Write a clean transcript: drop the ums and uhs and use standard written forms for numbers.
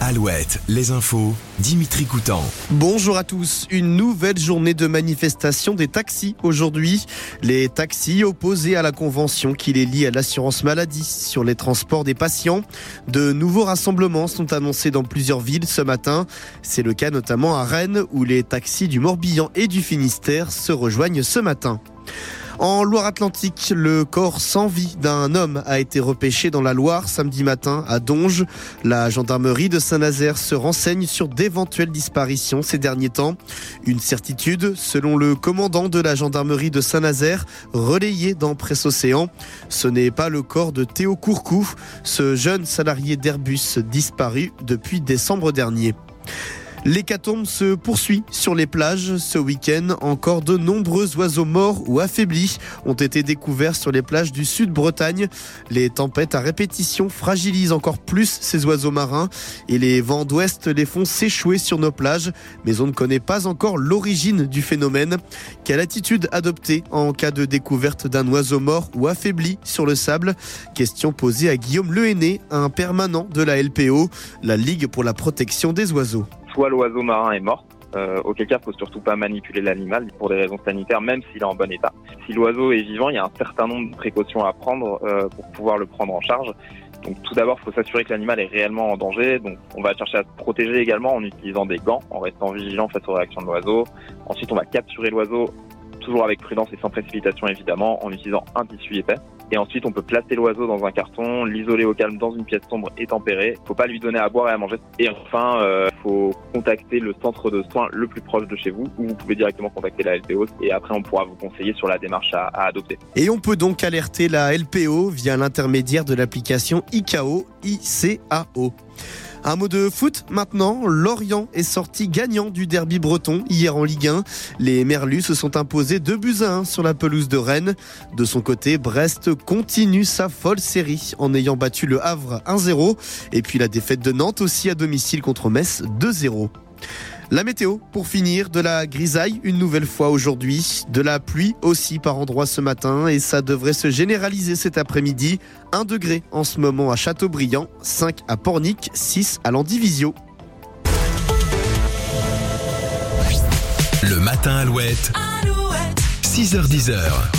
Alouette, les infos, Dimitri Coutan. Bonjour à tous. Une nouvelle journée de manifestation des taxis aujourd'hui. Les taxis opposés à la convention qui les lie à l'assurance maladie sur les transports des patients. De nouveaux rassemblements sont annoncés dans plusieurs villes ce matin. C'est le cas notamment à Rennes où les taxis du Morbihan et du Finistère se rejoignent ce matin. En Loire-Atlantique, le corps sans vie d'un homme a été repêché dans la Loire samedi matin à Donges. La gendarmerie de Saint-Nazaire se renseigne sur d'éventuelles disparitions ces derniers temps. Une certitude, selon le commandant de la gendarmerie de Saint-Nazaire, relayé dans Presse Océan. Ce n'est pas le corps de Théo Courcou, ce jeune salarié d'Airbus disparu depuis décembre dernier. L'hécatombe se poursuit sur les plages. Ce week-end, encore de nombreux oiseaux morts ou affaiblis ont été découverts sur les plages du Sud-Bretagne. Les tempêtes à répétition fragilisent encore plus ces oiseaux marins et les vents d'ouest les font s'échouer sur nos plages. Mais on ne connaît pas encore l'origine du phénomène. Quelle attitude adopter en cas de découverte d'un oiseau mort ou affaibli sur le sable? Question posée à Guillaume Lehenné, un permanent de la LPO, la Ligue pour la protection des oiseaux. Soit l'oiseau marin est mort, auquel cas il ne faut surtout pas manipuler l'animal pour des raisons sanitaires, même s'il est en bon état. Si l'oiseau est vivant, il y a un certain nombre de précautions à prendre pour pouvoir le prendre en charge. Donc tout d'abord, il faut s'assurer que l'animal est réellement en danger. Donc on va chercher à se protéger également en utilisant des gants, en restant vigilant face aux réactions de l'oiseau. Ensuite, on va capturer l'oiseau, toujours avec prudence et sans précipitation évidemment, en utilisant un tissu épais. Et ensuite, on peut placer l'oiseau dans un carton, l'isoler au calme dans une pièce sombre et tempérée. Il ne faut pas lui donner à boire et à manger. Et enfin, il faut contacter le centre de soins le plus proche de chez vous, ou vous pouvez directement contacter la LPO. Et après, on pourra vous conseiller sur la démarche à adopter. Et on peut donc alerter la LPO via l'intermédiaire de l'application ICAO. Un mot de foot maintenant. Lorient est sorti gagnant du derby breton hier en Ligue 1. Les Merlus se sont imposés 2-1 sur la pelouse de Rennes. De son côté, Brest continue sa folle série en ayant battu le Havre 1-0. Et puis la défaite de Nantes aussi à domicile contre Metz 2-0. La météo, pour finir, de la grisaille une nouvelle fois aujourd'hui, de la pluie aussi par endroits ce matin et ça devrait se généraliser cet après-midi. 1 degré en ce moment à Châteaubriand, 5 à Pornic, 6 à Landivisiau. Le matin Alouette. 6h-10h.